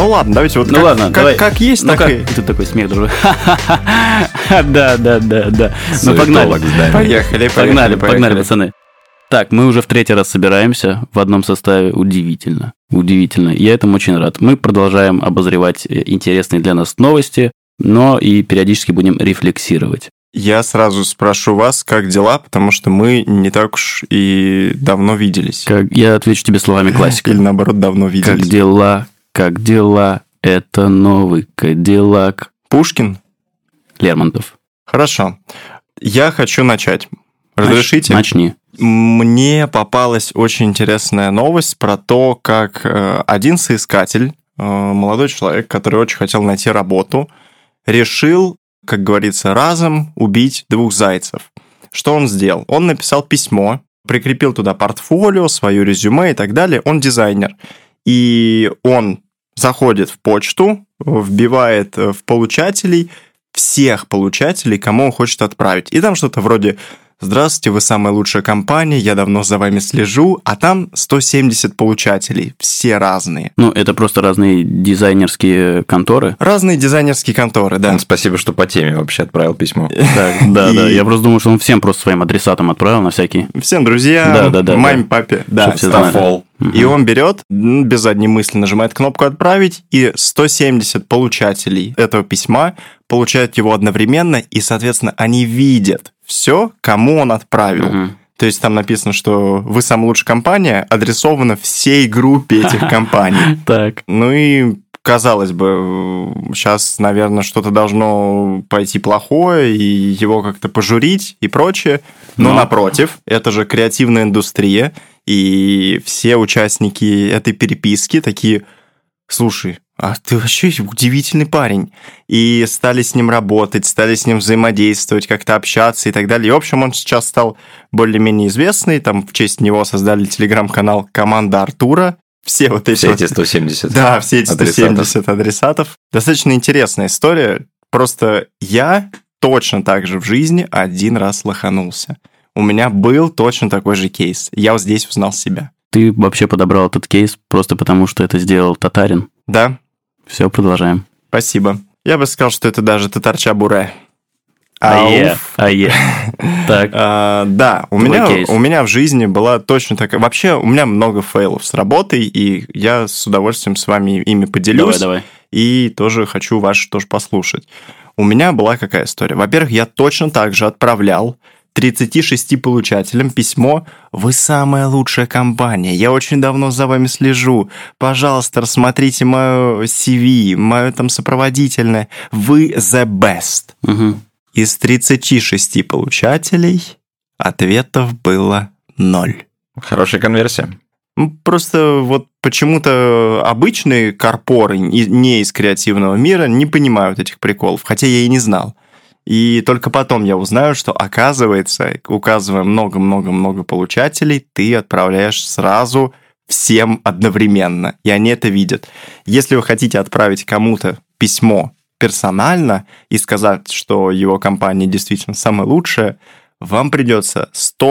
Ну ладно, давайте вот как есть, так и... Тут такой смех, дружок. Да. Ну погнали. Погнали, пацаны. Так, мы уже в третий раз собираемся в одном составе. Удивительно. Я этому очень рад. Мы продолжаем обозревать интересные для нас новости, но и периодически будем рефлексировать. Я сразу спрошу вас, как дела, потому что мы не так уж и давно виделись. Я отвечу тебе словами классика. Или наоборот, давно виделись. Как дела? Это новый Кадиллак. Пушкин? Лермонтов. Хорошо. Я хочу начать. Разрешите? Начни. Мне попалась очень интересная новость про то, как один соискатель, молодой человек, который очень хотел найти работу, решил, как говорится, разом убить двух зайцев. Что он сделал? Он написал письмо, прикрепил туда портфолио, свое резюме и так далее. Он дизайнер. И он заходит в почту, вбивает в получателей всех получателей, кому он хочет отправить. И там что-то вроде «Здравствуйте, вы самая лучшая компания, я давно за вами слежу», а там 170 получателей, все разные. Ну, это просто разные дизайнерские конторы? Разные дизайнерские конторы, да. Спасибо, что по теме вообще отправил письмо. Да. Я просто думал, что он всем просто своим адресатам отправил на всякий... Всем друзьям, маме, папе. Да, стафол. И он берет, без задней мысли нажимает кнопку «Отправить», и 170 получателей этого письма получают его одновременно, и, соответственно, они видят все, кому он отправил. То есть там написано, что вы самая лучшая компания, адресовано всей группе этих компаний. Так. Ну и, казалось бы, сейчас, наверное, что-то должно пойти плохое, и его как-то пожурить и прочее. Но напротив, это же креативная индустрия, и все участники этой переписки такие: слушай, а ты вообще удивительный парень. И стали с ним работать, стали с ним взаимодействовать, как-то общаться и так далее. И, в общем, он сейчас стал более-менее известный. Там в честь него создали телеграм-канал «Команда Артура». Все эти 170. Да, все эти 170 адресатов. Достаточно интересная история. Просто я точно так же в жизни один раз лоханулся. У меня был точно такой же кейс. Я вот здесь узнал себя. Ты вообще подобрал этот кейс просто потому, что это сделал татарин? Да. Все, продолжаем. Спасибо. Я бы сказал, что это даже татарча-буре. Так. Да, у меня в жизни была точно такая... Вообще, у меня много фейлов с работой, и я с удовольствием с вами ими поделюсь. Давай. И тоже хочу ваш тоже послушать. У меня была какая история? Во-первых, я точно так же отправлял 36 получателям письмо: «Вы самая лучшая компания, я очень давно за вами слежу, пожалуйста, рассмотрите мое CV, мое там сопроводительное, вы the best». Из 36 получателей ответов было 0. Хорошая конверсия. Просто вот почему-то обычные корпоры, не из креативного мира, не понимают этих приколов, хотя я и не знал. И только потом я узнаю, что, оказывается, указывая много-много-много получателей, ты отправляешь сразу всем одновременно, и они это видят. Если вы хотите отправить кому-то письмо персонально и сказать, что его компания действительно самая лучшая, вам придется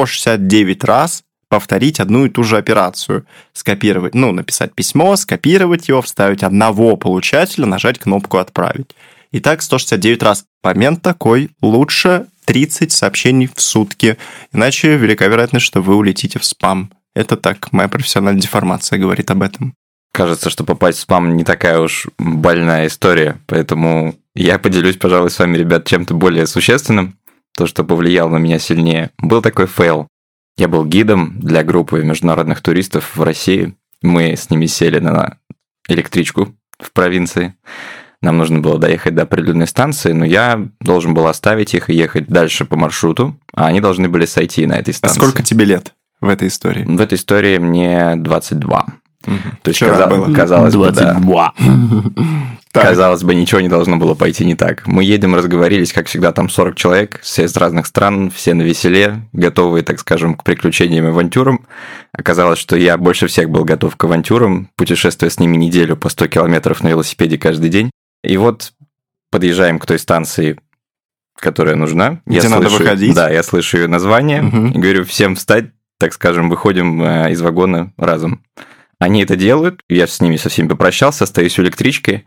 169 раз повторить одну и ту же операцию. Скопировать, написать письмо, скопировать его, вставить одного получателя, нажать кнопку «Отправить». Итак, 169 раз. Момент такой: лучше 30 сообщений в сутки, иначе велика вероятность, что вы улетите в спам. Это так, моя профессиональная деформация говорит об этом. Кажется, что попасть в спам не такая уж больная история, поэтому я поделюсь, пожалуй, с вами, ребят, чем-то более существенным, то, что повлияло на меня сильнее. Был такой фейл. Я был гидом для группы международных туристов в России. Мы с ними сели на электричку в провинции. Нам нужно было доехать до определенной станции, но я должен был оставить их и ехать дальше по маршруту, а они должны были сойти на этой станции. А сколько тебе лет в этой истории? В этой истории мне 22. То есть, казалось бы, да. Казалось бы, ничего не должно было пойти не так. Мы едем, разговорились, как всегда, там 40 человек, все из разных стран, все навеселе, готовые, так скажем, к приключениям и авантюрам. Оказалось, что я больше всех был готов к авантюрам, путешествуя с ними неделю по 100 километров на велосипеде каждый день. И вот подъезжаем к той станции, которая нужна. Где надо выходить. Да, я слышу ее название и говорю: всем встать, так скажем, выходим из вагона разом. Они это делают, я с ними со всеми попрощался, остаюсь в электричке.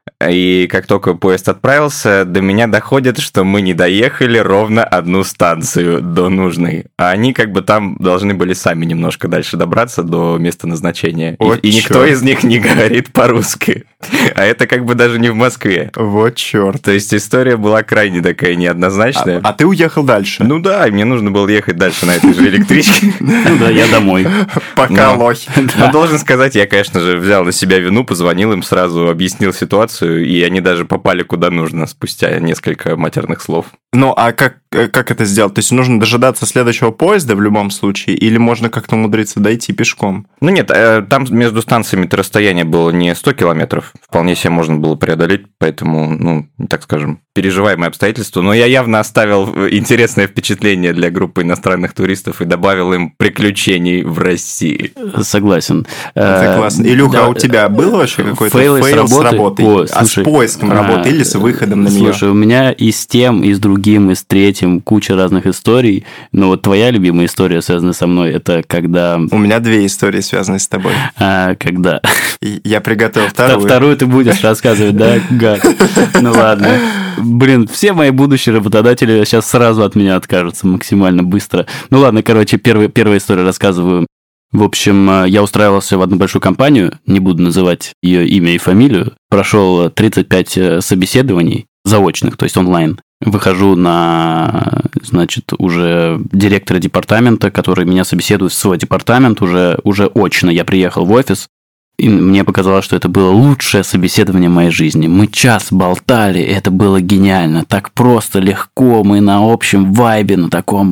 И как только поезд отправился, до меня доходит, что мы не доехали ровно одну станцию до нужной. А они как бы там должны были сами немножко дальше добраться до места назначения. И никто из них не говорит по-русски. А это как бы даже не в Москве. Вот черт. То есть история была крайне такая неоднозначная. А ты уехал дальше? Ну да, мне нужно было ехать дальше на этой же электричке. Ну да, я домой. Пока, лохи. Но должен сказать, я, конечно же, взял на себя вину, позвонил им сразу, объяснил ситуацию, и они даже попали куда нужно спустя несколько матерных слов. Ну, а как это сделать? То есть нужно дожидаться следующего поезда в любом случае, или можно как-то умудриться дойти пешком? Ну нет, там между станциями-то расстояние было не 100 километров, вполне себе можно было преодолеть, поэтому, ну, так скажем, переживаемые обстоятельства. Но я явно оставил интересное впечатление для группы иностранных туристов и добавил им приключений в России. Согласен. Это классно. Илюха, а у тебя был вообще какой-то фейл с работой? С поиском работы или с выходом на нее? Слушай, у меня и с тем, и с другим, и с третьим куча разных историй. Но вот твоя любимая история, связанная со мной, это когда... У меня 2 истории, связанные с тобой. Когда? Я приготовил вторую. Вторую ты будешь рассказывать, да, гад? Ну ладно. Блин, все мои будущие работодатели сейчас сразу от меня откажутся максимально быстро. Ну ладно, короче, первая история рассказываю. В общем, я устраивался в одну большую компанию, не буду называть ее имя и фамилию, прошел 35 собеседований заочных, то есть онлайн. Выхожу на, значит, уже директора департамента, который меня собеседует в свой департамент уже очно. Я приехал в офис, и мне показалось, что это было лучшее собеседование в моей жизни. Мы час болтали, это было гениально. Так просто, легко, мы на общем вайбе, на таком,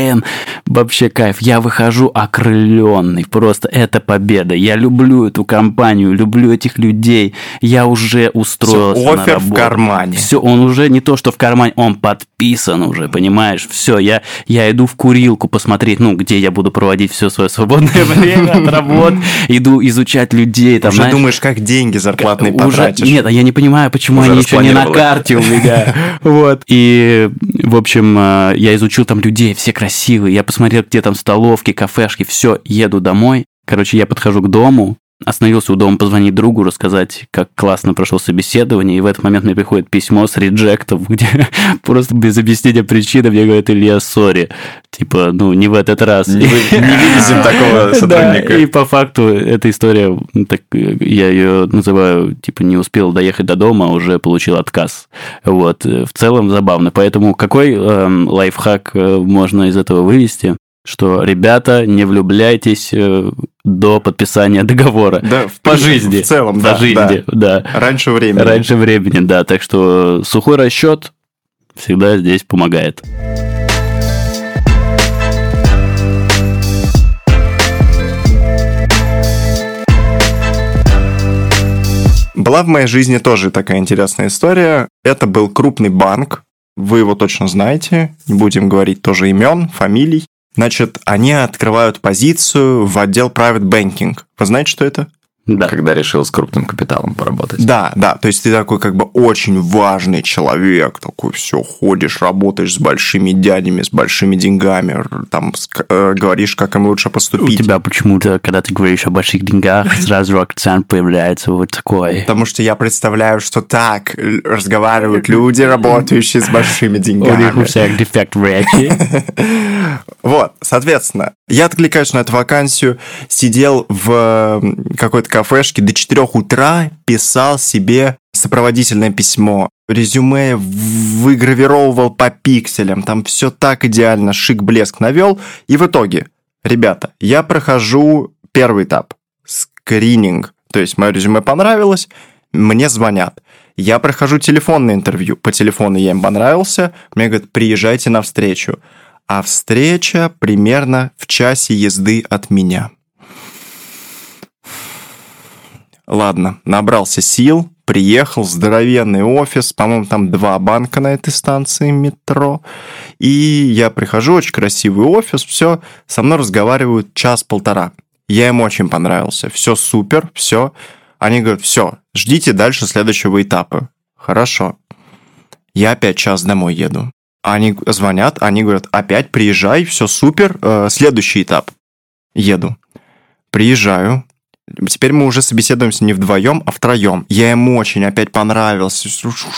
вообще кайф. Я выхожу окрыленный, просто это победа. Я люблю эту компанию, люблю этих людей. Я уже устроился на работу. Оффер в кармане. Все, он уже не то, что в кармане, он подписан уже, понимаешь? Все, я иду в курилку посмотреть, где я буду проводить все свое свободное время от работы. Иду изучать людей. Там, уже думаешь, как деньги зарплатные потратишь. Нет, а я не понимаю, почему уже они еще не на карте у меня. Вот. И, в общем, я изучил там людей, все красивые. Я посмотрел, где там столовки, кафешки, все, еду домой. Короче, я подхожу к дому, остановился у дома позвонить другу, рассказать, как классно прошло собеседование, и в этот момент мне приходит письмо с реджектом, где просто без объяснения причины мне говорят: Илья, сори, типа, не в этот раз. Не видите такого сотрудника. Да, и по факту эта история, так я ее называю, типа, не успел доехать до дома, а уже получил отказ. Вот, в целом забавно. Поэтому какой лайфхак можно из этого вывести? Что, ребята, не влюбляйтесь до подписания договора. Да, по жизни. В целом, по жизни, да. Раньше времени. Раньше времени, да. Так что сухой расчет всегда здесь помогает. Была в моей жизни тоже такая интересная история. Это был крупный банк. Вы его точно знаете. Не будем говорить тоже имен, фамилий. Значит, они открывают позицию в отдел Private Banking. Вы знаете, что это? Да. Когда решил с крупным капиталом поработать. Да. То есть ты такой как бы очень важный человек, такой все ходишь, работаешь с большими дядями, с большими деньгами, там говоришь, как им лучше поступить. У тебя почему-то, когда ты говоришь о больших деньгах, сразу акцент появляется вот такой. Потому что я представляю, что так разговаривают люди, работающие с большими деньгами. У них у всех дефект в речи. Вот, соответственно, я откликаюсь на эту вакансию, сидел в какой-то кафешке до 4 утра, писал себе сопроводительное письмо, резюме выгравировал по пикселям, там все так идеально, шик-блеск навел, и в итоге, ребята, я прохожу первый этап, скрининг, то есть мое резюме понравилось, мне звонят. Я прохожу телефонное интервью, по телефону я им понравился, мне говорят: приезжайте на встречу. А встреча примерно в часе езды от меня. Ладно, набрался сил, приехал, здоровенный офис, по-моему, там 2 банка на этой станции метро. И я прихожу, очень красивый офис, все, со мной разговаривают 1-1.5. Я им очень понравился, все супер, все. Они говорят: все, ждите дальше следующего этапа. Хорошо. Я опять час домой еду. Они звонят, они говорят: опять приезжай, все супер, следующий этап. Еду. Приезжаю, Теперь мы уже собеседуемся не вдвоем, а втроем. Я им очень опять понравился.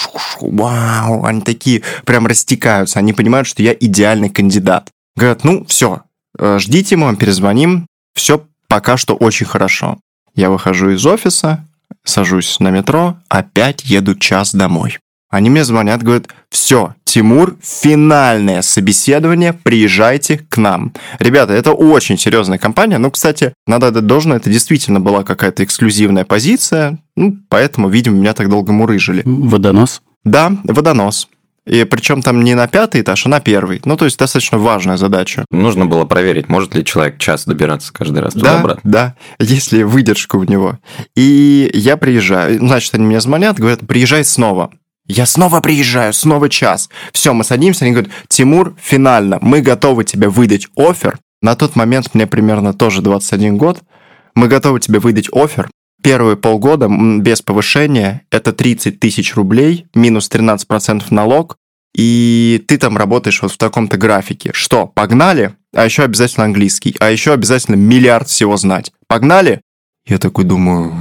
Вау, они такие прям растекаются. Они понимают, что я идеальный кандидат. Говорят, ну, все, ждите, мы вам перезвоним. Все пока что очень хорошо. Я выхожу из офиса, сажусь на метро, опять еду час домой. Они мне звонят, говорят, все, Тимур, финальное собеседование, приезжайте к нам. Ребята, это очень серьезная компания, ну, кстати, надо отдать должное, это действительно была какая-то эксклюзивная позиция, ну, поэтому, видимо, меня так долго мурыжили. Водонос? Да, водонос. И причем там не на 5-й этаж, а на 1-й. Ну, то есть достаточно важная задача. Нужно было проверить, может ли человек час добираться каждый раз туда-обратно. Да, есть ли выдержка у него. И я приезжаю, значит, они мне звонят, говорят, приезжай снова. Я снова приезжаю, снова час. Все, мы садимся, они говорят, Тимур, финально, мы готовы тебе выдать оффер. На тот момент мне примерно тоже 21 год. Мы готовы тебе выдать оффер. Первые полгода без повышения это 30 тысяч рублей, минус 13% налог, и ты там работаешь вот в таком-то графике. Что, погнали? А еще обязательно английский, а еще обязательно миллиард всего знать. Погнали? Я такой думаю...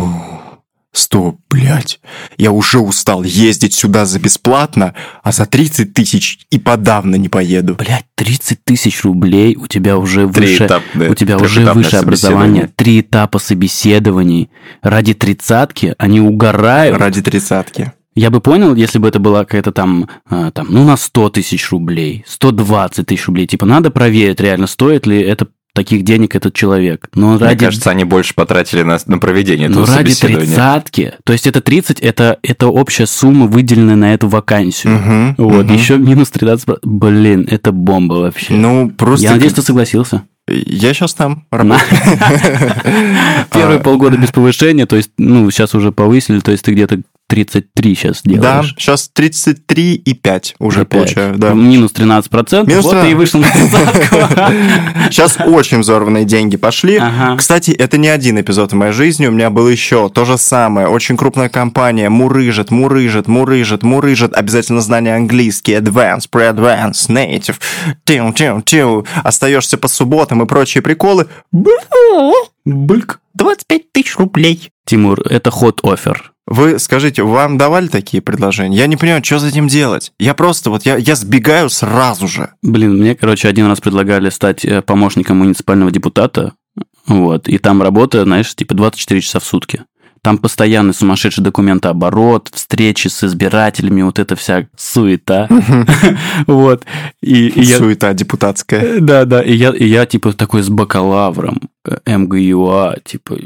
Стоп, блядь, я уже устал ездить сюда за бесплатно, а за 30 тысяч и подавно не поеду. Блядь, 30 тысяч рублей, у тебя уже выше, у тебя уже высшее образование, 3 этапа собеседований. Ради 30-ки они угорают. Ради 30-ки. Я бы понял, если бы это была какая-то там, ну, на 100 тысяч рублей, 120 тысяч рублей. Типа, надо проверить реально, стоит ли это таких денег этот человек. Но Мне кажется, они больше потратили на проведение этого собеседования. Ради 30-ки, то есть это 30, это общая сумма, выделенная на эту вакансию. Вот, еще минус 13%. Блин, это бомба вообще. Ну, просто... Я надеюсь, ты согласился. Я сейчас там работаю. Первые полгода без повышения, то есть, ну, сейчас уже повысили, то есть ты где-то 33 сейчас делаешь. Да, сейчас 33,5 уже получаю. Да. Минус 13%, минус вот 13. Ты и вышел на 30-ку. Сейчас очень взорванные деньги пошли. Кстати, это не один эпизод в моей жизни, у меня был еще то же самое. Очень крупная компания, мурыжит. Обязательно знание английский, advanced, pre-advanced, native. Остаешься по субботам и прочие приколы. Бульк. 25 тысяч рублей. Тимур, это hot offer. Вы скажите, вам давали такие предложения? Я не понимаю, что с этим делать. Я просто я сбегаю сразу же. Блин, мне, короче, один раз предлагали стать помощником муниципального депутата. Вот, и там работа, знаешь, типа 24 часа в сутки. Там постоянный сумасшедший документооборот, встречи с избирателями, вот эта вся суета. Вот. Суета депутатская. Да. И я типа такой с бакалавром МГУА, типа...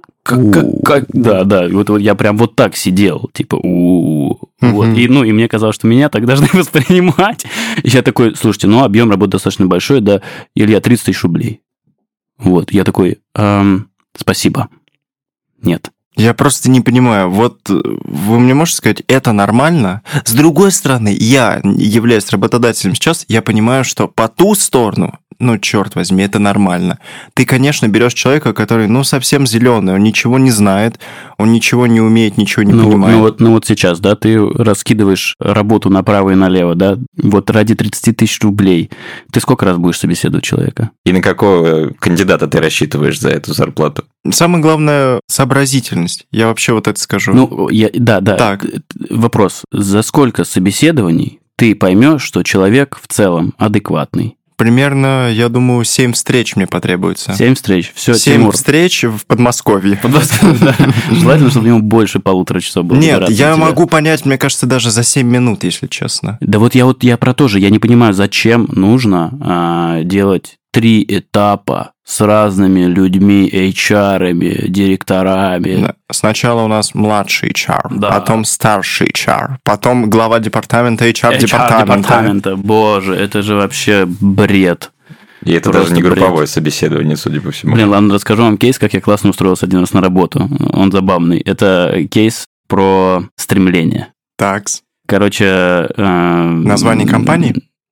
Да, вот я прям вот так сидел, типа, вот, и мне казалось, что меня так должны воспринимать. И я такой, слушайте, объем работы достаточно большой, да, Илья, 30 тысяч рублей. Вот, я такой, спасибо, нет. Я просто не понимаю, вот вы мне можете сказать, это нормально? С другой стороны, я, являясь работодателем сейчас, я понимаю, что по ту сторону, черт возьми, это нормально. Ты, конечно, берешь человека, который, совсем зеленый, он ничего не знает, он ничего не умеет, ничего не понимает. Вот сейчас, да, ты раскидываешь работу направо и налево, да, вот ради 30 тысяч рублей. Ты сколько раз будешь собеседовать человека? И на какого кандидата ты рассчитываешь за эту зарплату? Самое главное – сообразительность. Я вообще вот это скажу. Да. Так. Вопрос. За сколько собеседований ты поймешь, что человек в целом адекватный? Примерно, я думаю, 7 встреч мне потребуется. 7 встреч. Все, 7 Тимур. встреч в Подмосковье. Да. Желательно, чтобы ему больше 1,5 часа было. Нет, я могу понять, мне кажется, даже за 7 минут, если честно. Да вот я про то же. Я не понимаю, зачем нужно делать 3 этапа с разными людьми, HR-ами, директорами. Сначала у нас младший HR, потом старший HR, потом глава департамента HR-департамента. Боже, это же вообще бред. И это просто даже не групповое собеседование, судя по всему. Блин, ладно, расскажу вам кейс, как я классно устроился один раз на работу. Он забавный. Это кейс про стремление. Такс. Короче... Название компании?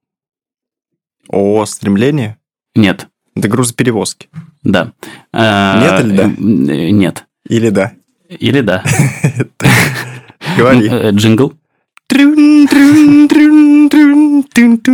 ООО «Стремление»? Нет. Это грузоперевозки. Да. Нет или да? Нет. Или да? Или да. Говори. Джингл.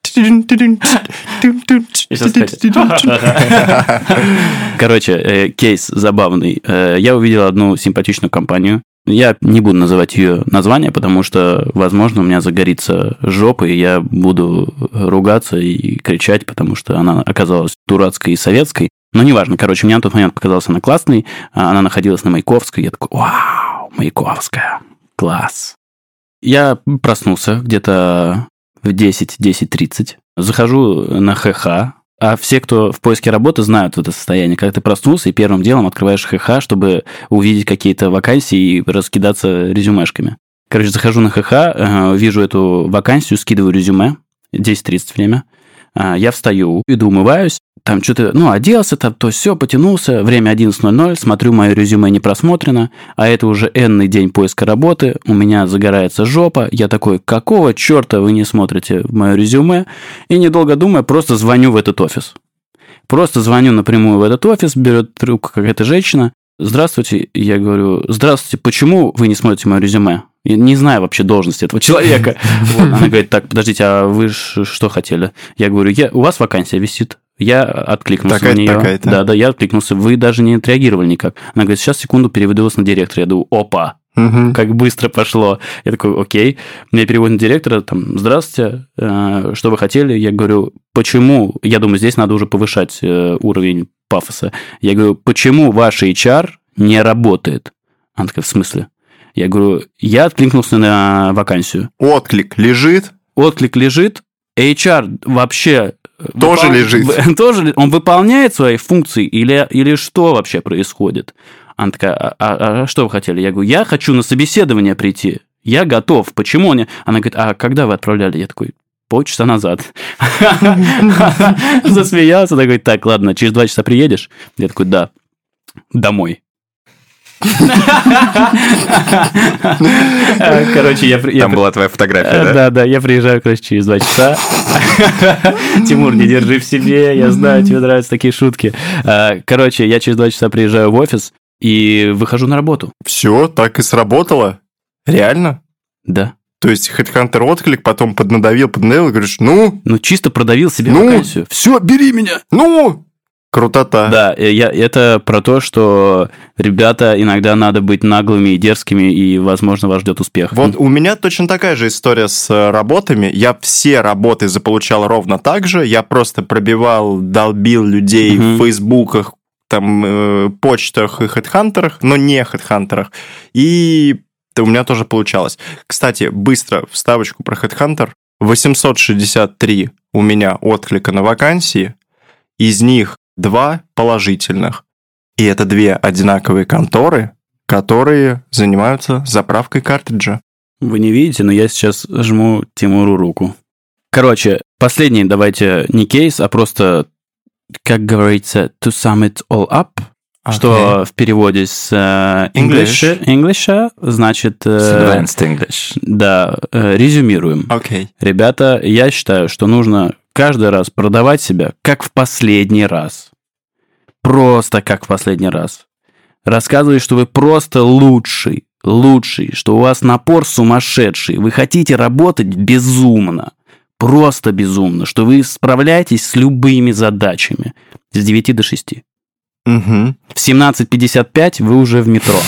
Короче, кейс забавный. Я увидел одну симпатичную компанию. Я не буду называть ее название, потому что, возможно, у меня загорится жопа, и я буду ругаться и кричать, потому что она оказалась дурацкой и советской. Но неважно, короче, мне на тот момент показалась она классной. Она находилась на Маяковской. Я такой, вау, Маяковская, класс. Я проснулся где-то в 10:30. Захожу на ХХ. А все, кто в поиске работы, знают это состояние. Когда ты проснулся и первым делом открываешь ХХ, чтобы увидеть какие-то вакансии и раскидаться резюмешками. Короче, захожу на ХХ, вижу эту вакансию, скидываю резюме. 10:30 время. Я встаю, иду умываюсь, там что-то, оделся, там то все, потянулся, время 11:00, смотрю, мое резюме не просмотрено, а это уже энный день поиска работы, у меня загорается жопа, я такой, какого черта вы не смотрите мое резюме? И недолго думая, просто звоню в этот офис. Просто звоню напрямую в этот офис, берет трубку какая-то женщина, здравствуйте, я говорю, здравствуйте, почему вы не смотрите мое резюме? Я не знаю вообще должности этого человека. Она говорит, так, подождите, а вы что хотели? Я говорю, у вас вакансия висит. Я откликнулся на нее. Да, я откликнулся. Вы даже не отреагировали никак. Она говорит, сейчас, секунду, переведу вас на директора. Я думаю, опа, как быстро пошло. Я такой, окей. Меня переводят на директора, там, здравствуйте, что вы хотели? Я говорю, почему? Я думаю, здесь надо уже повышать уровень пафоса. Я говорю, почему ваш HR не работает? Она такая, в смысле? Я говорю, я откликнулся на вакансию. Отклик лежит? Отклик лежит. HR вообще... Тоже лежит? Тоже, он выполняет свои функции или что вообще происходит? Она такая, а что вы хотели? Я говорю, я хочу на собеседование прийти. Я готов. Почему? Она говорит, а когда вы отправляли? Я такой, полчаса назад. Засмеялся. Она говорит, так, ладно, через 2 часа приедешь? Я такой, да. Домой. Короче, там была твоя фотография, да? Да, я приезжаю, короче, через 2 часа. Тимур, не держи в себе, я знаю, тебе нравятся такие шутки. Короче, я через 2 часа приезжаю в офис и выхожу на работу. Все, так и сработало? Реально? Да. То есть, HeadHunter отклик, потом поднадавил, и говоришь, Ну, чисто продавил себе вакансию. Все, бери меня! Крутота. Да, это про то, что, ребята, иногда надо быть наглыми и дерзкими, и, возможно, вас ждет успех. Вот у меня точно такая же история с работами. Я все работы заполучал ровно так же. Я просто пробивал, долбил людей в фейсбуках, там, почтах и хедхантерах, но не хедхантерах. И у меня тоже получалось. Кстати, быстро вставочку про HeadHunter. 863 у меня отклика на вакансии. Из них 2 положительных. И это 2 одинаковые конторы, которые занимаются заправкой картриджа. Вы не видите, но я сейчас жму Тимуру руку. Короче, последний давайте не кейс, а просто, как говорится, to sum it all up, что в переводе с English значит... Advanced English. Да, резюмируем. Ребята, я считаю, что нужно каждый раз продавать себя как в последний раз. Просто как в последний раз. Рассказывай, что вы просто лучший, что у вас напор сумасшедший, вы хотите работать безумно, просто безумно, что вы справляетесь с любыми задачами с 9 до 6. В 17:55 вы уже в метро.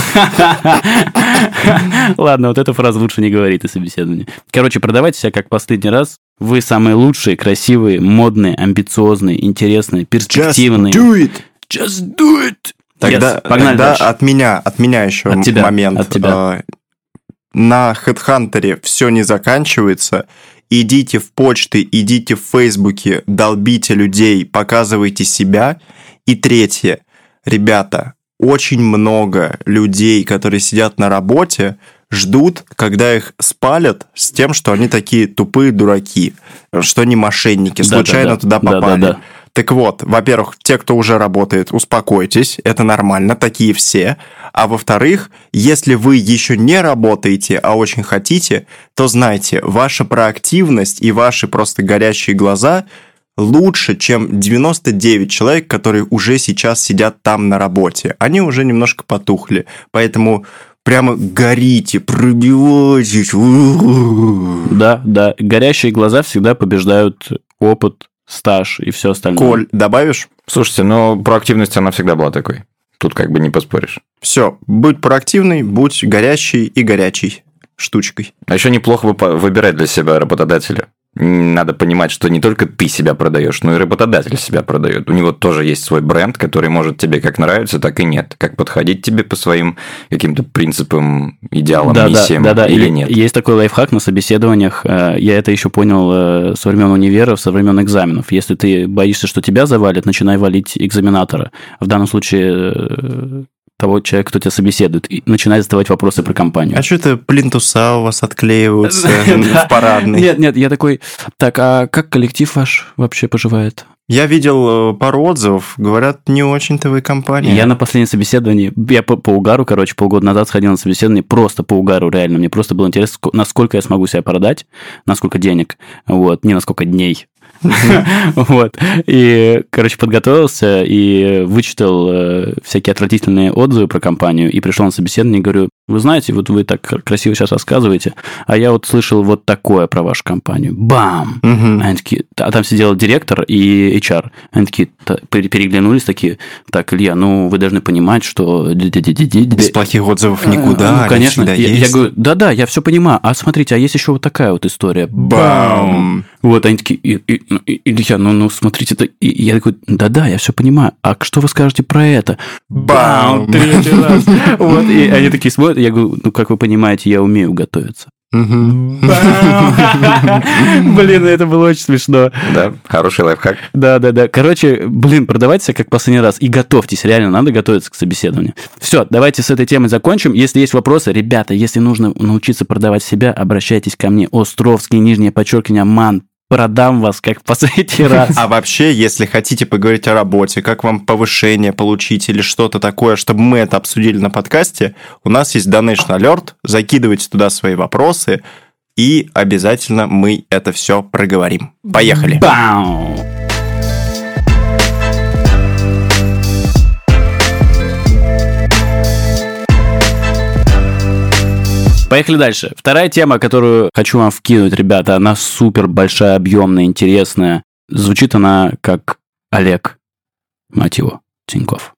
Ладно, вот эту фразу лучше не говорить на собеседовании. Короче, продавайте себя как последний раз. Вы самые лучшие, красивые, модные, амбициозные, интересные, перспективные. Just do it! Тогда от меня еще момент. От тебя. На HeadHunter все не заканчивается. Идите в почты, идите в Фейсбуке, долбите людей, показывайте себя. И третье. Ребята, очень много людей, которые сидят на работе, ждут, когда их спалят с тем, что они такие тупые дураки, что они мошенники, случайно туда попали. Так вот, во-первых, те, кто уже работает, успокойтесь, это нормально, такие все. А во-вторых, если вы еще не работаете, а очень хотите, то знайте, ваша проактивность и ваши просто горящие глаза лучше, чем 99 человек, которые уже сейчас сидят там на работе. Они уже немножко потухли. Поэтому прямо горите, пробивайтесь. Да, горящие глаза всегда побеждают опыт, стаж и все остальное. Коль, добавишь? Слушайте, проактивность, она всегда была такой. Тут как бы не поспоришь. Все, будь проактивный, будь горящий и горячий штучкой. А еще неплохо выбирать для себя работодателя. Надо понимать, что не только ты себя продаешь, но и работодатель себя продает. У него тоже есть свой бренд, который может тебе как нравится, так и нет. Как подходить тебе по своим каким-то принципам, идеалам, миссиям или нет. Есть такой лайфхак на собеседованиях. Я это еще понял со времен универа, со времен экзаменов. Если ты боишься, что тебя завалят, начинай валить экзаменатора. В данном случае того человека, кто тебя собеседует, и начинает задавать вопросы про компанию. А что это плинтуса у вас отклеиваются в парадной? Нет, я такой, так, а как коллектив ваш вообще поживает? Я видел пару отзывов, говорят, не очень-то вы компания. Я на последнем собеседовании, я по угару, полгода назад сходил на собеседование, просто по угару, реально. Мне просто было интересно, насколько я смогу себя продать, насколько денег, не на сколько дней. Вот. И, подготовился и вычитал всякие отвратительные отзывы про компанию, и пришел на собеседование и говорю, вы знаете, вот вы так красиво сейчас рассказываете, а я вот слышал вот такое про вашу компанию. Бам! Они такие, а там сидел директор и HR. Они такие переглянулись, такие, так, Илья, вы должны понимать, что... Без плохих отзывов никуда. Конечно. Я говорю, да, я все понимаю. А смотрите, а есть еще вот такая вот история. Бам! Вот, они такие, Илья, смотрите, и я такой, да, я все понимаю. А что вы скажете про это? Бам! Третий раз. Вот, и они такие смотрят, я говорю, как вы понимаете, я умею готовиться. Блин, это было очень смешно. Да, хороший лайфхак. Да. Короче, продавайте себя как последний раз и готовьтесь, реально надо готовиться к собеседованию. Все, давайте с этой темой закончим. Если есть вопросы, ребята, если нужно научиться продавать себя, обращайтесь ко мне. Островский, _ _ман. Продам вас как в последний раз. А вообще, если хотите поговорить о работе, как вам повышение получить или что-то такое, чтобы мы это обсудили на подкасте, у нас есть Donation Alert, закидывайте туда свои вопросы, и обязательно мы это все проговорим. Поехали! Бау! Поехали дальше. Вторая тема, которую хочу вам вкинуть, ребята, она супер большая, объемная, интересная. Звучит она как Олег, мать его, Тиньков.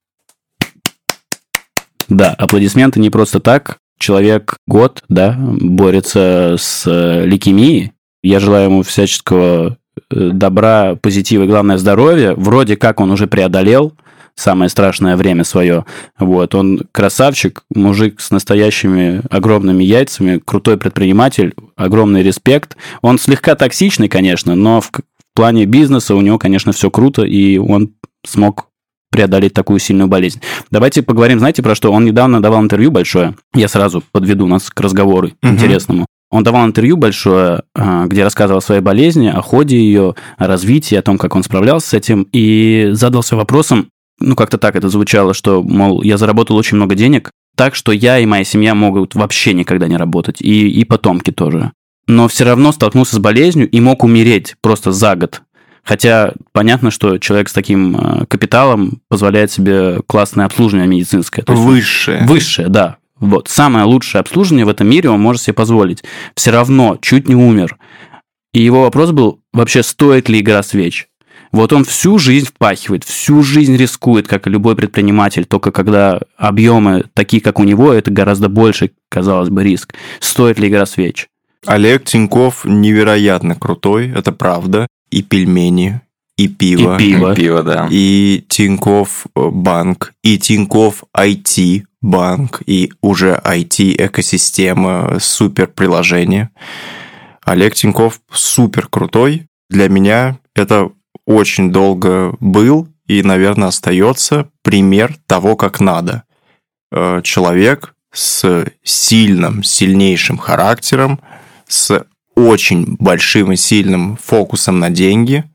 Да, аплодисменты не просто так. Человек год, борется с лейкемией. Я желаю ему всяческого добра, позитива и, главное, здоровья. Вроде как он уже преодолел самое страшное время свое. Вот. Он красавчик, мужик с настоящими огромными яйцами, крутой предприниматель, огромный респект. Он слегка токсичный, конечно, но в плане бизнеса у него, конечно, все круто, и он смог преодолеть такую сильную болезнь. Давайте поговорим, знаете, про что? Он недавно давал интервью большое. Я сразу подведу нас к разговору интересному. Он давал интервью большое, где рассказывал о своей болезни, о ходе ее, о развитии, о том, как он справлялся с этим, и задался вопросом, как-то так это звучало, что, мол, я заработал очень много денег, так что я и моя семья могут вообще никогда не работать, и потомки тоже. Но все равно столкнулся с болезнью и мог умереть просто за год. Хотя понятно, что человек с таким капиталом позволяет себе классное обслуживание медицинское. Высшее. Высшее, да. Вот. Самое лучшее обслуживание в этом мире он может себе позволить. Все равно чуть не умер. И его вопрос был, вообще стоит ли игра свеч? Вот он всю жизнь впахивает, всю жизнь рискует, как и любой предприниматель, только когда объемы такие, как у него, это гораздо больше, казалось бы, риск. Стоит ли игра свеч? Олег Тиньков невероятно крутой, это правда. И пельмени, и пиво. И пиво, да. И Тиньков банк, и Тиньков IT банк, и уже IT-экосистема, супер приложение. Олег Тиньков супер крутой. Для меня это очень долго был и, наверное, остается пример того, как надо. Человек с сильнейшим характером, с очень большим и сильным фокусом на деньги.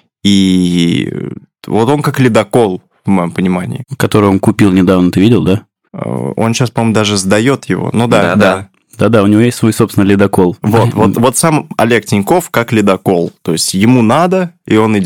И вот он как ледокол, в моем понимании. Который он купил недавно, ты видел, да? Он сейчас, по-моему, даже сдает его. Да, у него есть свой собственный ледокол. Вот сам Олег Тиньков как ледокол. То есть ему надо, и он идет.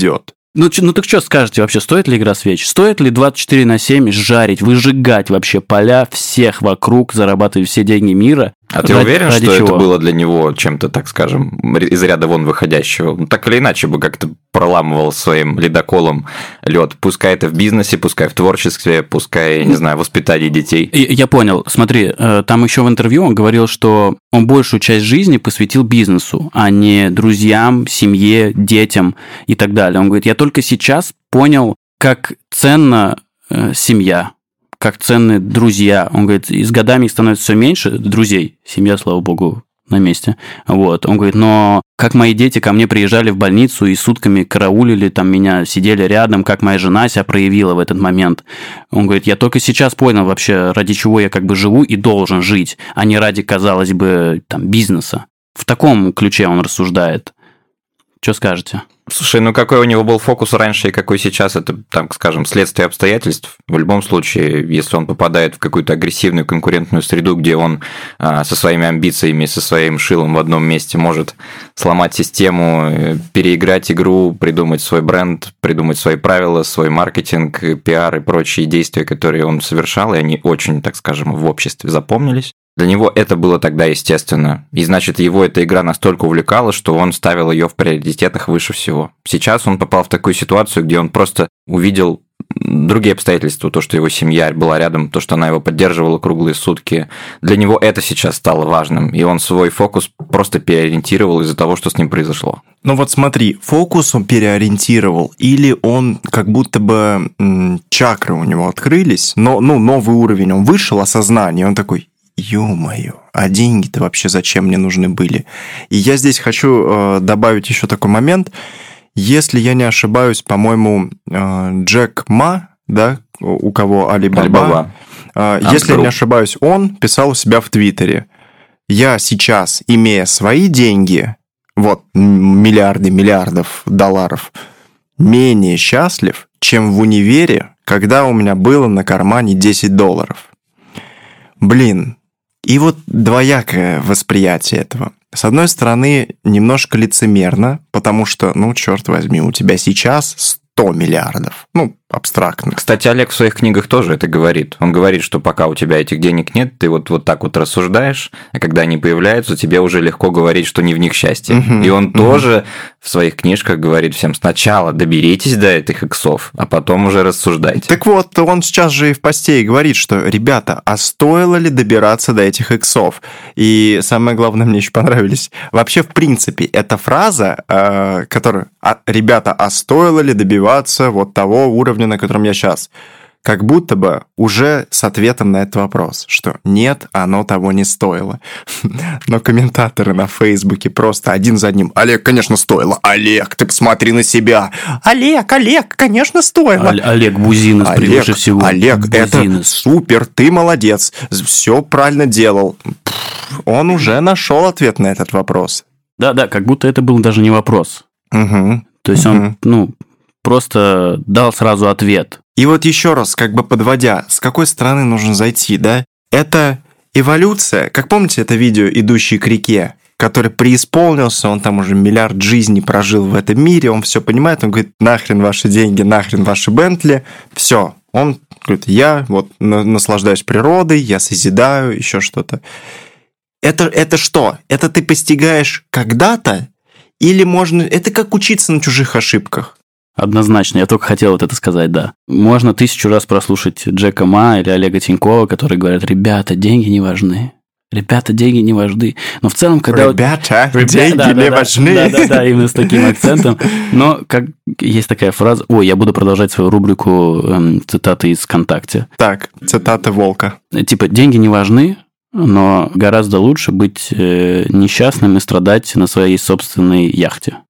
Ну так что скажете вообще, стоит ли игра свеч? Стоит ли 24/7 жарить, выжигать вообще поля всех вокруг, зарабатывать все деньги мира? А ты уверен, что это было для него чем-то, так скажем, из ряда вон выходящего? Ну, так или иначе бы как-то проламывал своим ледоколом лед. Пускай это в бизнесе, пускай в творчестве, пускай, не знаю, в воспитании детей. Я понял. Смотри, там еще в интервью он говорил, что он большую часть жизни посвятил бизнесу, а не друзьям, семье, детям и так далее. Он говорит, я только сейчас понял, как ценна семья, как ценны друзья. Он говорит, и с годами их становится все меньше, друзей. Семья, слава богу, на месте. Вот. Он говорит, но как мои дети ко мне приезжали в больницу и сутками караулили там меня, сидели рядом, как моя жена себя проявила в этот момент. Он говорит, я только сейчас понял вообще, ради чего я как бы живу и должен жить, а не ради, казалось бы, там, бизнеса. В таком ключе он рассуждает. Что скажете? Слушай, ну какой у него был фокус раньше и какой сейчас, это, так скажем, следствие обстоятельств. В любом случае, если он попадает в какую-то агрессивную конкурентную среду, где он со своими амбициями, со своим шилом в одном месте может сломать систему, переиграть игру, придумать свой бренд, придумать свои правила, свой маркетинг, пиар и прочие действия, которые он совершал, и они очень, так скажем, в обществе запомнились. Для него это было тогда естественно. И значит, его эта игра настолько увлекала, что он ставил ее в приоритетах выше всего. Сейчас он попал в такую ситуацию, где он просто увидел другие обстоятельства, то, что его семья была рядом, то, что она его поддерживала круглые сутки. Для него это сейчас стало важным, и он свой фокус просто переориентировал из-за того, что с ним произошло. Ну вот смотри, фокус он переориентировал, или он как будто бы чакры у него открылись, но новый уровень, он вышел, осознание, он такой... Ё-моё, а деньги-то вообще зачем мне нужны были? И я здесь хочу добавить еще такой момент. Если я не ошибаюсь, по-моему, Джек Ма, да, у кого Alibaba, если я не ошибаюсь, он писал у себя в Твиттере: я сейчас, имея свои деньги, вот миллиардов долларов, менее счастлив, чем в универе, когда у меня было на кармане $10. Блин, и вот двоякое восприятие этого. С одной стороны, немножко лицемерно, потому что, черт возьми, у тебя сейчас 100 миллиардов. Абстрактно. Кстати, Олег в своих книгах тоже это говорит. Он говорит, что пока у тебя этих денег нет, ты вот так вот рассуждаешь, а когда они появляются, тебе уже легко говорить, что не в них счастье. И он тоже в своих книжках говорит всем: сначала доберитесь до этих иксов, а потом уже рассуждайте. Так вот, он сейчас же и в посте и говорит, что, ребята, а стоило ли добираться до этих иксов? И самое главное, мне еще понравились. Вообще, в принципе, эта фраза, которая: ребята, а стоило ли добиваться вот того уровня, на котором я сейчас, как будто бы уже с ответом на этот вопрос, что нет, оно того не стоило. Но комментаторы на Фейсбуке просто один за одним: Олег, конечно, стоило. Олег, ты посмотри на себя. Олег, конечно, стоило. Олег Бузинос превыше всего. Олег, это супер, ты молодец, все правильно делал. Он уже нашел ответ на этот вопрос. Да, как будто это был даже не вопрос. То есть он, просто дал сразу ответ. И вот еще раз, как бы подводя, с какой стороны нужно зайти, да? Это эволюция. Как помните это видео «Идущий к реке», который преисполнился, он там уже миллиард жизней прожил в этом мире, он все понимает, он говорит: нахрен ваши деньги, нахрен ваши Бентли, все. Он говорит: я вот наслаждаюсь природой, я созидаю, еще что-то. Это что? Это ты постигаешь когда-то? Или можно... Это как учиться на чужих ошибках? Однозначно, я только хотел вот это сказать, да. Можно 1000 раз прослушать Джека Ма или Олега Тинькова, которые говорят: ребята, деньги не важны. Ребята, деньги не важны. Но в целом, когда... Ребята, деньги не важны. Да, именно с таким акцентом. Но как есть такая фраза... Ой, я буду продолжать свою рубрику цитаты из ВКонтакте. Так, цитаты Волка. Типа: деньги не важны, но гораздо лучше быть несчастным и страдать на своей собственной яхте.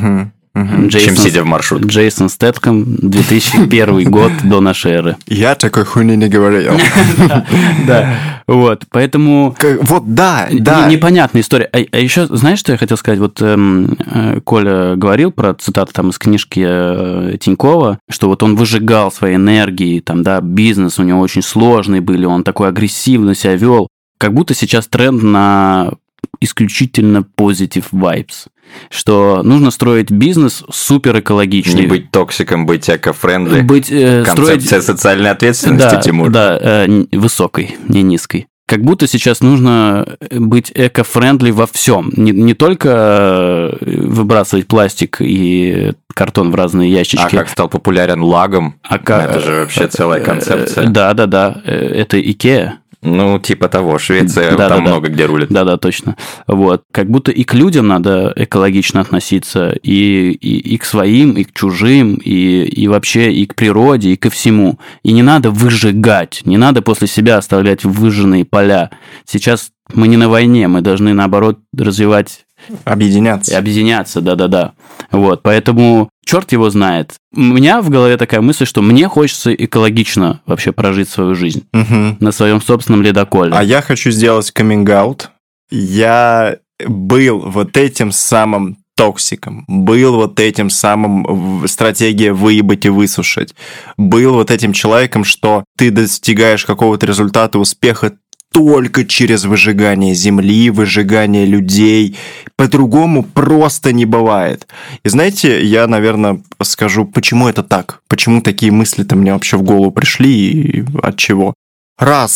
Чем сидя в маршрутке. Джейсон Стэтхэм, 2001 год до нашей эры. Я такой хуйни не говорил. Да, вот, поэтому... Вот, да. Непонятная история. А еще, знаешь, что я хотел сказать? Вот Коля говорил про цитату там из книжки Тинькова, что вот он выжигал своей энергией, там, да, бизнес у него очень сложный был, он такой агрессивно себя вел. Как будто сейчас тренд на исключительно positive vibes. Что нужно строить бизнес супер экологичный. Не быть токсиком, быть эко-френдли. Концепция социальной ответственности, Тимур. Да, высокой, не низкой. Как будто сейчас нужно быть эко-френдли во всем. Не только выбрасывать пластик и картон в разные ящички. А как стал популярен лагом? Это же вообще целая концепция. Да. Это IKEA. Ну, типа того, Швеция, там много где рулит. Да, точно. Вот. Как будто и к людям надо экологично относиться, и к своим, и к чужим, и вообще и к природе, и ко всему. И не надо выжигать, не надо после себя оставлять выжженные поля. Сейчас мы не на войне, мы должны, наоборот, развивать... Объединяться, да. Вот, поэтому черт его знает. У меня в голове такая мысль, что мне хочется экологично вообще прожить свою жизнь на своем собственном ледоколе. А я хочу сделать каминг-аут. Я был вот этим самым токсиком, был вот этим самым стратегия выебать и высушить, был вот этим человеком, что ты достигаешь какого-то результата, успеха только через выжигание земли, выжигание людей. По-другому просто не бывает. И знаете, я, наверное, скажу, почему это так? Почему такие мысли-то мне вообще в голову пришли и от чего? 1,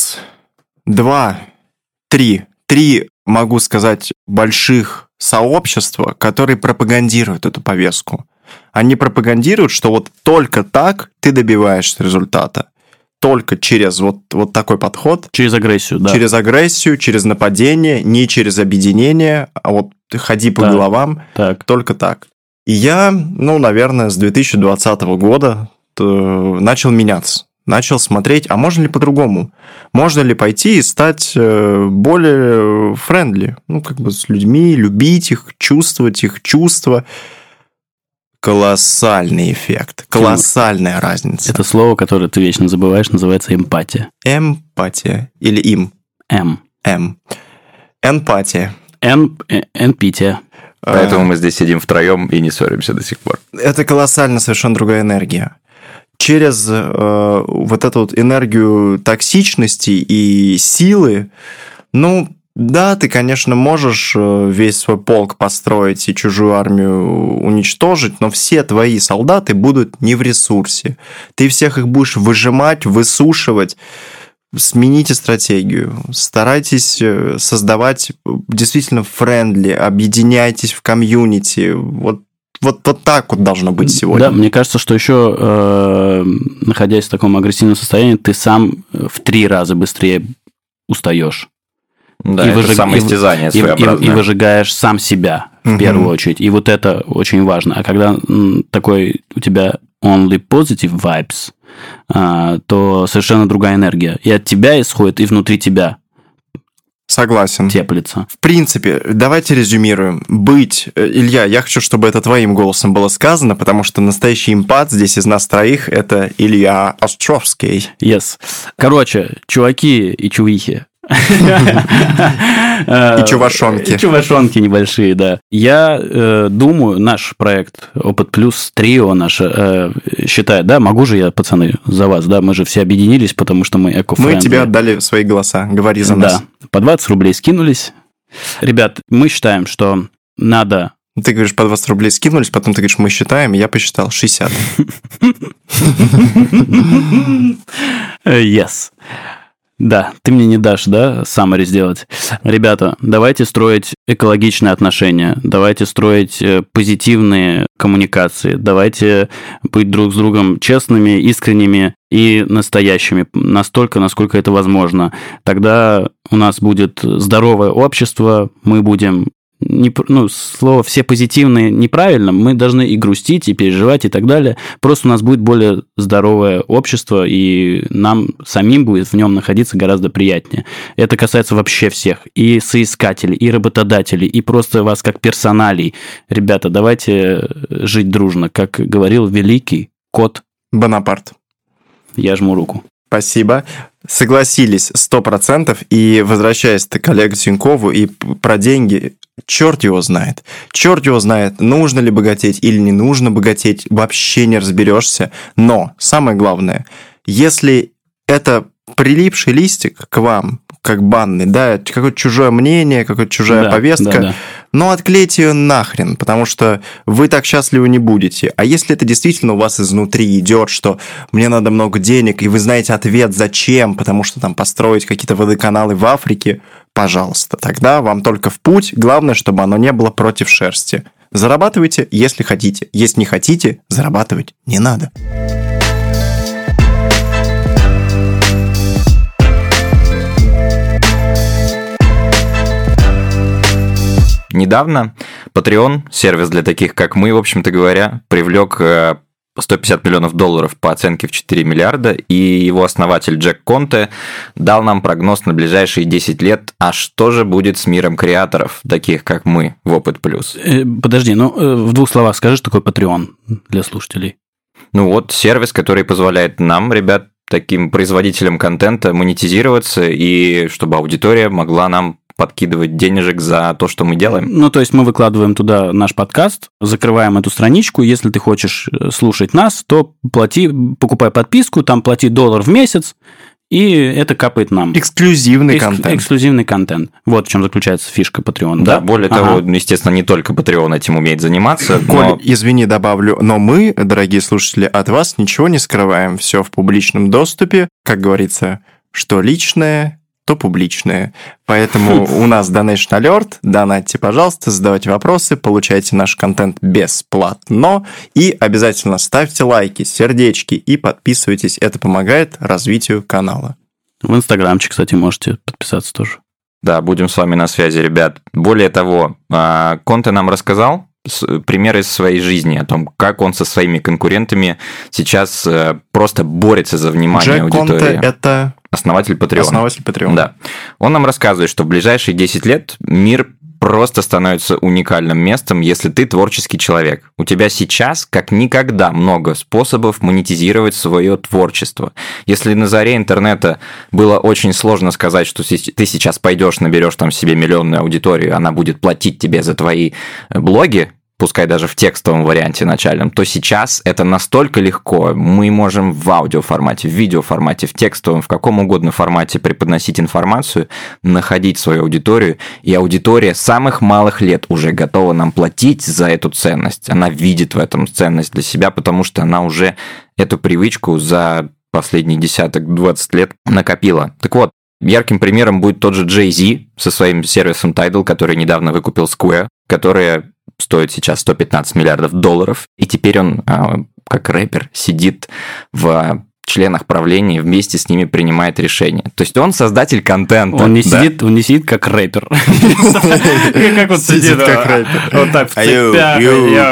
2, 3. 3, могу сказать, больших сообщества, которые пропагандируют эту повестку. Они пропагандируют, что вот только так ты добиваешься результата. Только через вот такой подход. Через агрессию, да. Через агрессию, через нападение, не через объединение, а вот ходи по головам, только так. И я, наверное, с 2020 года начал меняться. Начал смотреть, а можно ли по-другому? Можно ли пойти и стать более френдли? С людьми, любить их, чувствовать их чувства. Колоссальный эффект, колоссальная разница. Это слово, которое ты вечно забываешь, называется эмпатия. Эмпатия или им? М. Эмпатия. Эмпатия. Поэтому мы здесь сидим втроем и не ссоримся до сих пор. Это колоссально совершенно другая энергия. Через вот эту вот энергию токсичности и силы, да, ты, конечно, можешь весь свой полк построить и чужую армию уничтожить, но все твои солдаты будут не в ресурсе. Ты всех их будешь выжимать, высушивать. Смените стратегию. Старайтесь создавать действительно френдли, объединяйтесь в комьюнити. Вот так вот должно быть сегодня. Да, мне кажется, что еще, находясь в таком агрессивном состоянии, ты сам в 3 раза быстрее устаешь. Да, это самоистязание своеобразное. И выжигаешь сам себя в первую очередь. И вот это очень важно. А когда такой у тебя only positive vibes, то совершенно другая энергия. И от тебя исходит, и внутри тебя. Согласен. Теплится. В принципе, давайте резюмируем. Илья, я хочу, чтобы это твоим голосом было сказано, потому что настоящий эмпат здесь из нас троих – это Илья Островский. Yes. Короче, чуваки и чувихи. И чувашонки. Чувашонки небольшие, да. Я думаю, наш проект Опыт Плюс, трио наше, считает, да, могу же я, пацаны, за вас, да, мы же все объединились, потому что мы эко-френдли. Мы тебе отдали свои голоса, говори за нас. Да, по 20 рублей скинулись. Ребят, мы считаем, что надо... Ты говоришь, по 20 рублей скинулись, потом ты говоришь, мы считаем, и я посчитал 60. Yes. Да, ты мне не дашь, да, summary сделать. Ребята, давайте строить экологичные отношения, давайте строить позитивные коммуникации, давайте быть друг с другом честными, искренними и настоящими, настолько, насколько это возможно. Тогда у нас будет здоровое общество, мы будем... слово «все позитивные» неправильно, мы должны и грустить, и переживать, и так далее. Просто у нас будет более здоровое общество, и нам самим будет в нем находиться гораздо приятнее. Это касается вообще всех. И соискателей, и работодателей, и просто вас как персоналей. Ребята, давайте жить дружно, как говорил великий кот Бонапарт. Я жму руку. Спасибо. Согласились 100%. И возвращаясь к Олегу Тинькову и про деньги, черт его знает. Черт его знает, нужно ли богатеть или не нужно богатеть, вообще не разберешься. Но самое главное, если это прилипший листик к вам, как банный, да, какое-то чужое мнение, какая-то чужая повестка, да. Но отклейте ее нахрен, потому что вы так счастливы не будете. А если это действительно у вас изнутри идет, что мне надо много денег, и вы знаете ответ зачем, потому что там построить какие-то водоканалы в Африке, пожалуйста, тогда вам только в путь, главное, чтобы оно не было против шерсти. Зарабатывайте, если хотите. Если не хотите, зарабатывать не надо. Недавно Patreon, сервис для таких, как мы, в общем-то говоря, привлек $150 миллионов по оценке в 4 миллиарда, и его основатель Джек Конте дал нам прогноз на ближайшие 10 лет, а что же будет с миром креаторов, таких как мы, в Опыт Плюс. Подожди, в 2 словах скажи, что такое Patreon для слушателей. Сервис, который позволяет нам, ребят, таким производителям контента монетизироваться, и чтобы аудитория могла нам подкидывать денежек за то, что мы делаем. То есть мы выкладываем туда наш подкаст, закрываем эту страничку. Если ты хочешь слушать нас, то покупай подписку, там плати $1 в месяц, и это капает нам. Эксклюзивный контент. Эксклюзивный контент. Вот в чем заключается фишка Patreon. Да, более того, естественно, не только Patreon этим умеет заниматься. Коль, извини, добавлю, но мы, дорогие слушатели, от вас ничего не скрываем. Все в публичном доступе. Как говорится, что личное, то публичное. Поэтому у нас Donation Alert. Донатьте, пожалуйста, задавайте вопросы, получайте наш контент бесплатно. И обязательно ставьте лайки, сердечки и подписывайтесь. Это помогает развитию канала. В Инстаграмчик, кстати, можете подписаться тоже. Да, будем с вами на связи, ребят. Более того, Конте нам рассказал примеры из своей жизни о том, как он со своими конкурентами сейчас просто борется за внимание Джек аудитории. Конте – это... Основатель Patreon. Основатель Patreon. Да. Он нам рассказывает, что в ближайшие 10 лет мир просто становится уникальным местом, если ты творческий человек. У тебя сейчас, как никогда, много способов монетизировать свое творчество. Если на заре интернета было очень сложно сказать, что ты сейчас пойдешь, наберешь там себе миллионную аудиторию, она будет платить тебе за твои блоги, пускай даже в текстовом варианте начальном, то сейчас это настолько легко. Мы можем в аудиоформате, в видеоформате, в текстовом, в каком угодно формате преподносить информацию, находить свою аудиторию, и аудитория самых малых лет уже готова нам платить за эту ценность. Она видит в этом ценность для себя, потому что она уже эту привычку за последние 10-20 лет накопила. Так вот, ярким примером будет тот же Jay-Z со своим сервисом Tidal, который недавно выкупил Square, который стоит сейчас $115 миллиардов, и теперь он, как рэпер, сидит в членах правления, вместе с ними принимает решения. То есть он создатель контента. Он не сидит как рэпер. Как он сидит как рэпер. Вот так в цепях.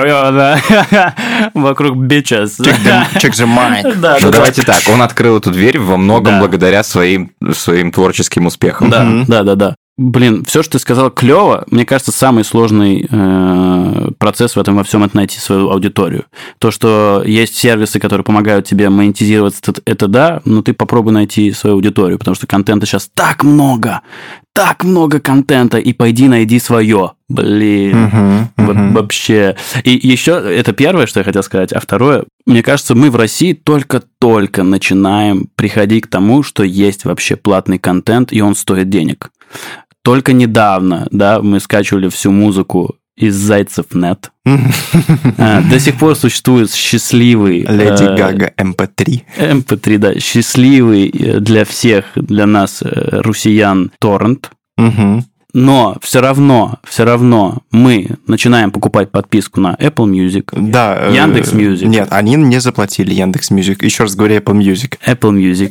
Вокруг bitches. Check the mic. Давайте так, он открыл эту дверь во многом благодаря своим творческим успехам. Да. Блин, все, что ты сказал, клево. Мне кажется, самый сложный процесс в этом во всем – это найти свою аудиторию. То, что есть сервисы, которые помогают тебе монетизироваться, это да, но ты попробуй найти свою аудиторию, потому что контента сейчас так много контента, и пойди найди свое. Блин, вообще. И еще это первое, что я хотел сказать. А второе, мне кажется, мы в России только-только начинаем приходить к тому, что есть вообще платный контент, и он стоит денег. Только недавно, да, мы скачивали всю музыку из Зайцев.нет. До сих пор существует счастливый... Леди Гага MP3. MP3, да, счастливый для всех, для нас, россиян, торрент. Но все равно мы начинаем покупать подписку на Apple Music, да, Яндекс.Music. Нет, они не заплатили Яндекс.Music. Еще раз говорю, Apple Music. Apple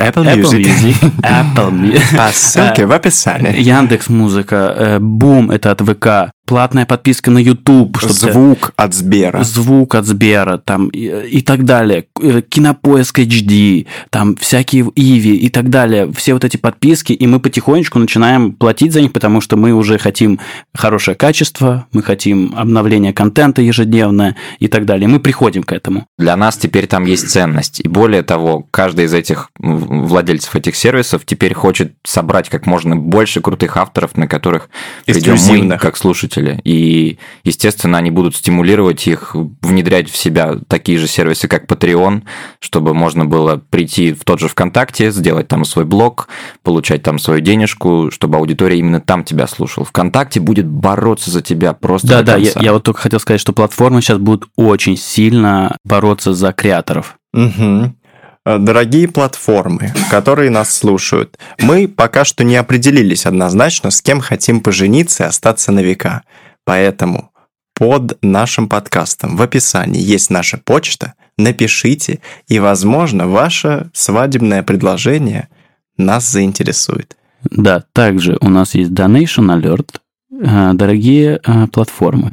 Music. По ссылке в описании. Яндекс.Музыка. Бум, это от ВК. Платная подписка на YouTube. Звук от Сбера. Там, и так далее. Кинопоиск HD, там всякие Иви и так далее. Все вот эти подписки, и мы потихонечку начинаем платить за них, потому что мы уже хотим хорошее качество, мы хотим обновление контента ежедневное и так далее. Мы приходим к этому. Для нас теперь там есть ценность. И более того, каждый из этих владельцев этих сервисов теперь хочет собрать как можно больше крутых авторов, на которых придем мы, как слушатели. слушатели. И, естественно, они будут стимулировать их внедрять в себя такие же сервисы, как Patreon, чтобы можно было прийти в тот же ВКонтакте, сделать там свой блог, получать там свою денежку, чтобы аудитория именно там тебя слушала. ВКонтакте будет бороться за тебя просто до конца. Да, я вот только хотел сказать, что платформы сейчас будут очень сильно бороться за креаторов. Угу. Дорогие платформы, которые нас слушают, мы пока что не определились однозначно, с кем хотим пожениться и остаться на века. Поэтому под нашим подкастом в описании есть наша почта, напишите, и, возможно, ваше свадебное предложение нас заинтересует. Да, также у нас есть Donation Alert. Дорогие платформы.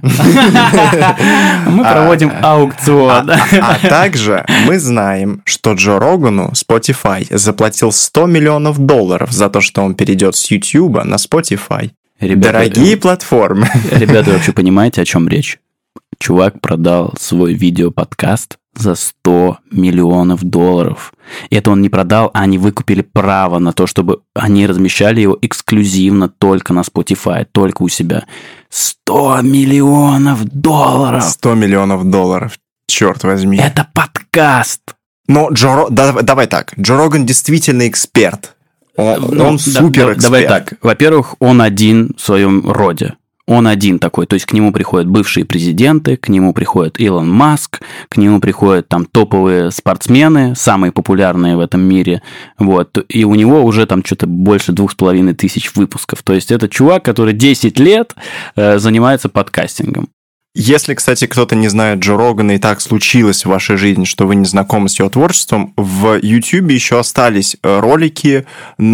Мы проводим аукцион. А также мы знаем, что Джо Рогану Spotify заплатил $100 миллионов за то, что он перейдет с YouTube на Spotify. Дорогие платформы. Ребята, вы вообще понимаете, о чем речь? Чувак продал свой видеоподкаст за $100 миллионов. И это он не продал, а они выкупили право на то, чтобы они размещали его эксклюзивно только на Spotify, только у себя. $100 миллионов. $100 миллионов. Черт возьми. Это подкаст. Но давай так. Джо Роган действительно эксперт. Он супер эксперт. Давай так. Во-первых, он один в своем роде. Он один такой, то есть к нему приходят бывшие президенты, к нему приходит Илон Маск, к нему приходят там топовые спортсмены, самые популярные в этом мире, вот, и у него уже там что-то больше 2500 выпусков, то есть это чувак, который 10 лет занимается подкастингом. Если, кстати, кто-то не знает Джо Рогана, и так случилось в вашей жизни, что вы не знакомы с его творчеством, в YouTube еще остались ролики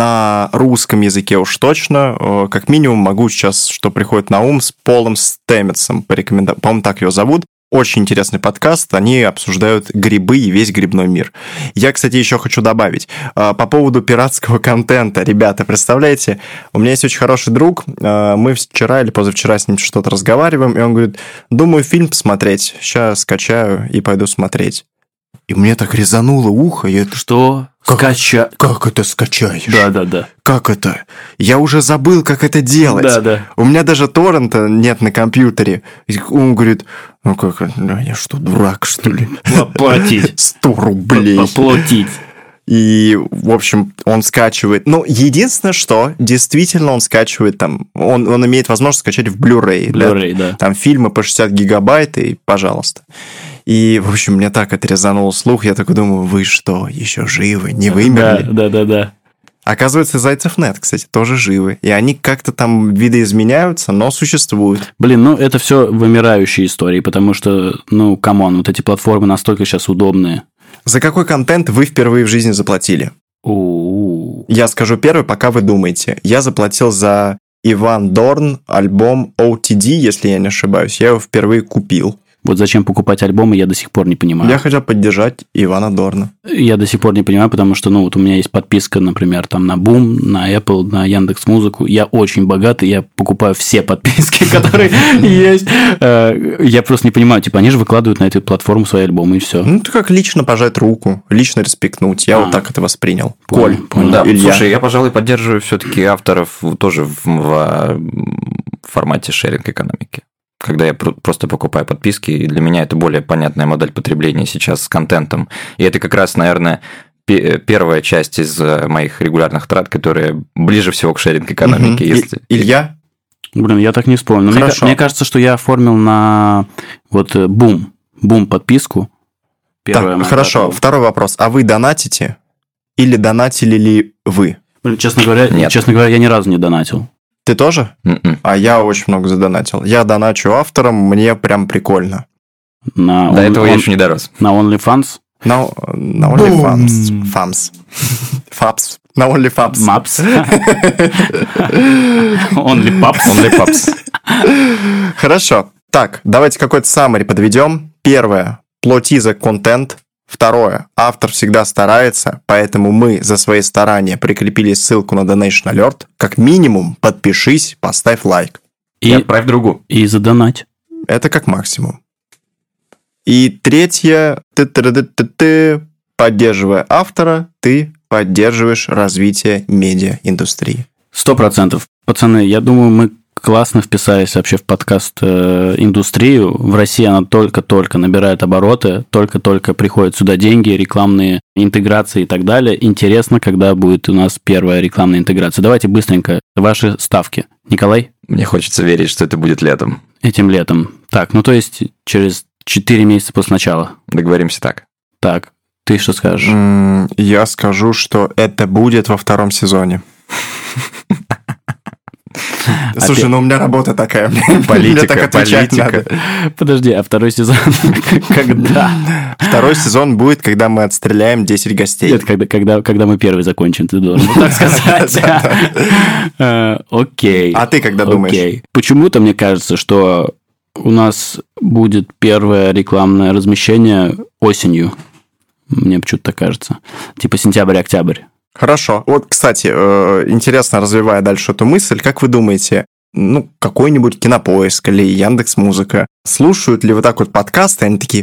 на русском языке уж точно. Как минимум могу сейчас, что приходит на ум, с Полом Стэмитсом порекомендовать. По-моему, так его зовут. Очень интересный подкаст, они обсуждают грибы и весь грибной мир. Я, кстати, еще хочу добавить, по поводу пиратского контента. Ребята, представляете, у меня есть очень хороший друг, мы вчера или позавчера с ним что-то разговариваем, и он говорит, думаю, фильм посмотреть, сейчас скачаю и пойду смотреть. И мне так резануло ухо. Что? Как это скачаешь? Да. Как это? Я уже забыл, как это делать. Да. У меня даже торрента нет на компьютере. И он говорит, ну как это? Я что, дурак, что ли? Платить. 100 рублей. Платить. И, в общем, он скачивает. Ну, единственное, что действительно он скачивает там... Он имеет возможность скачать в Blu-ray. Blu-ray, да. Там фильмы по 60 гигабайт, и пожалуйста. И, в общем, мне так отрезанул слух. Я такой думаю, вы что, еще живы? Не вымерли? Да. Оказывается, Зайцев.нет, кстати, тоже живы. И они как-то там видоизменяются, но существуют. Блин, ну это все вымирающие истории, потому что, ну, камон, вот эти платформы настолько сейчас удобные. За какой контент вы впервые в жизни заплатили? Я скажу первый, пока вы думаете. Я заплатил за Иван Дорн альбом OTD, если я не ошибаюсь. Я его впервые купил. Вот зачем покупать альбомы, я до сих пор не понимаю. Я хотел поддержать Ивана Дорна. Я до сих пор не понимаю, потому что, ну, вот у меня есть подписка, например, там на Boom, на Apple, на Яндекс.Музыку. Я очень богатый, я покупаю все подписки, которые есть. Я просто не понимаю, типа, они же выкладывают на эту платформу свои альбомы, и все. Ну, это как лично пожать руку, лично респектнуть. Я вот так это воспринял. Коль, да, слушай, я, пожалуй, поддерживаю все-таки авторов тоже в формате шеринг-экономики. Когда я просто покупаю подписки, и для меня это более понятная модель потребления сейчас с контентом. И это как раз, наверное, первая часть из моих регулярных трат, которая ближе всего к шеринг-экономике. Илья? Блин, я так не вспомнил. Мне кажется, что я оформил на вот Boom подписку. Так, хорошо, второй вопрос. А вы донатите? Или донатили ли вы? Блин, честно говоря, я ни разу не донатил. Ты тоже? А я очень много задонатил. Я доначу авторам, мне прям прикольно. До этого я еще не дорос. На OnlyFans? На OnlyFans. Фапс. На OnlyFans. Мапс. OnlyPaps. Хорошо. Так, давайте какой-то summary подведем. Первое. Плати за контент. Второе. Автор всегда старается, поэтому мы за свои старания прикрепили ссылку на Donation Alert. Как минимум, подпишись, поставь лайк. И отправь другу. И задонать. Это как максимум. И третье. Поддерживая автора, ты поддерживаешь развитие медиаиндустрии. 100%. Пацаны, я думаю, мы классно вписались вообще в подкаст-индустрию. В России она только-только набирает обороты, только-только приходят сюда деньги, рекламные интеграции и так далее. Интересно, когда будет у нас первая рекламная интеграция. Давайте быстренько ваши ставки. Николай? Мне хочется верить, что это будет летом. Этим летом. Так, ну то есть через 4 месяца после начала. Договоримся так. Так, ты что скажешь? Я скажу, что это будет во 2 сезоне. Слушай, ну у меня работа такая. Политика. Подожди, а 2 сезон когда? 2 сезон будет, когда мы отстреляем 10 гостей. Нет, когда мы первый закончим, ты должен так сказать. Окей. А ты когда думаешь? Почему-то мне кажется, что у нас будет первое рекламное размещение осенью. Мне почему-то так кажется. Типа сентябрь-октябрь. Хорошо. Вот, кстати, интересно, развивая дальше эту мысль, как вы думаете, какой-нибудь Кинопоиск или Яндекс.Музыка слушают ли вот так вот подкасты, они такие: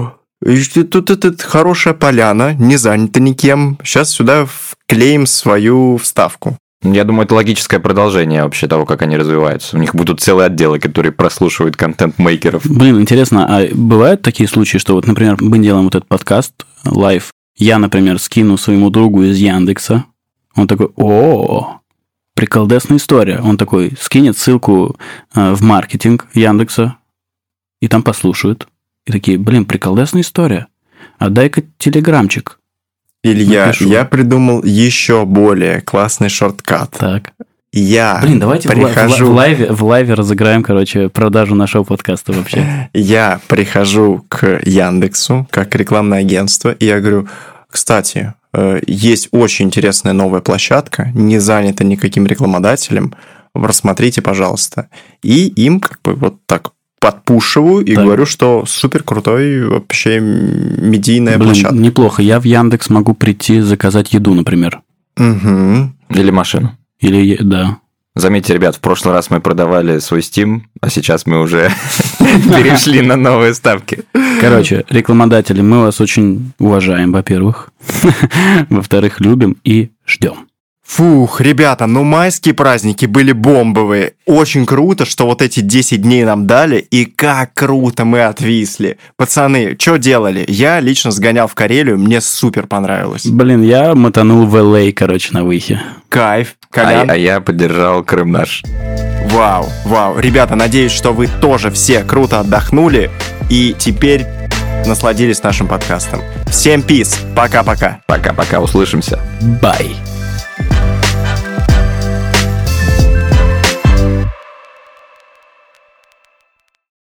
тут это хорошая поляна, не занята никем, сейчас сюда вклеим свою вставку. Я думаю, это логическое продолжение вообще того, как они развиваются. У них будут целые отделы, которые прослушивают контент-мейкеров. Блин, интересно, а бывают такие случаи, что вот, например, мы делаем вот этот подкаст лайв, я, например, скину своему другу из Яндекса, он такой: о, приколдесная история. Он такой скинет ссылку в маркетинг Яндекса, и там послушают. И такие: блин, приколдесная история. А дай-ка телеграмчик. Илья, я придумал еще более классный шорткат. Так. Давайте в лайве разыграем, продажу нашего подкаста вообще. Я прихожу к Яндексу, как рекламное агентство, и я говорю: кстати, есть очень интересная новая площадка, не занята никаким рекламодателем, рассмотрите, пожалуйста. И им вот так подпушиваю и говорю, что супер крутой вообще медийная площадка. Неплохо. Я в Яндекс могу прийти заказать еду, например. Угу. Или машину. Да. Заметьте, ребят, в прошлый раз мы продавали свой Steam, а сейчас мы уже перешли на новые ставки. Короче, рекламодатели, мы вас очень уважаем, во-первых. Во-вторых, любим и ждем. Фух, ребята, майские праздники были бомбовые. Очень круто, что вот эти 10 дней нам дали, и как круто мы отвисли. Пацаны, что делали? Я лично сгонял в Карелию, мне супер понравилось. Блин, я мотанул в LA, на выхе. Кайф. А я поддержал Крым наш. Вау. Ребята, надеюсь, что вы тоже все круто отдохнули и теперь насладились нашим подкастом. Всем пиз. Пока-пока. Пока-пока, услышимся. Бай.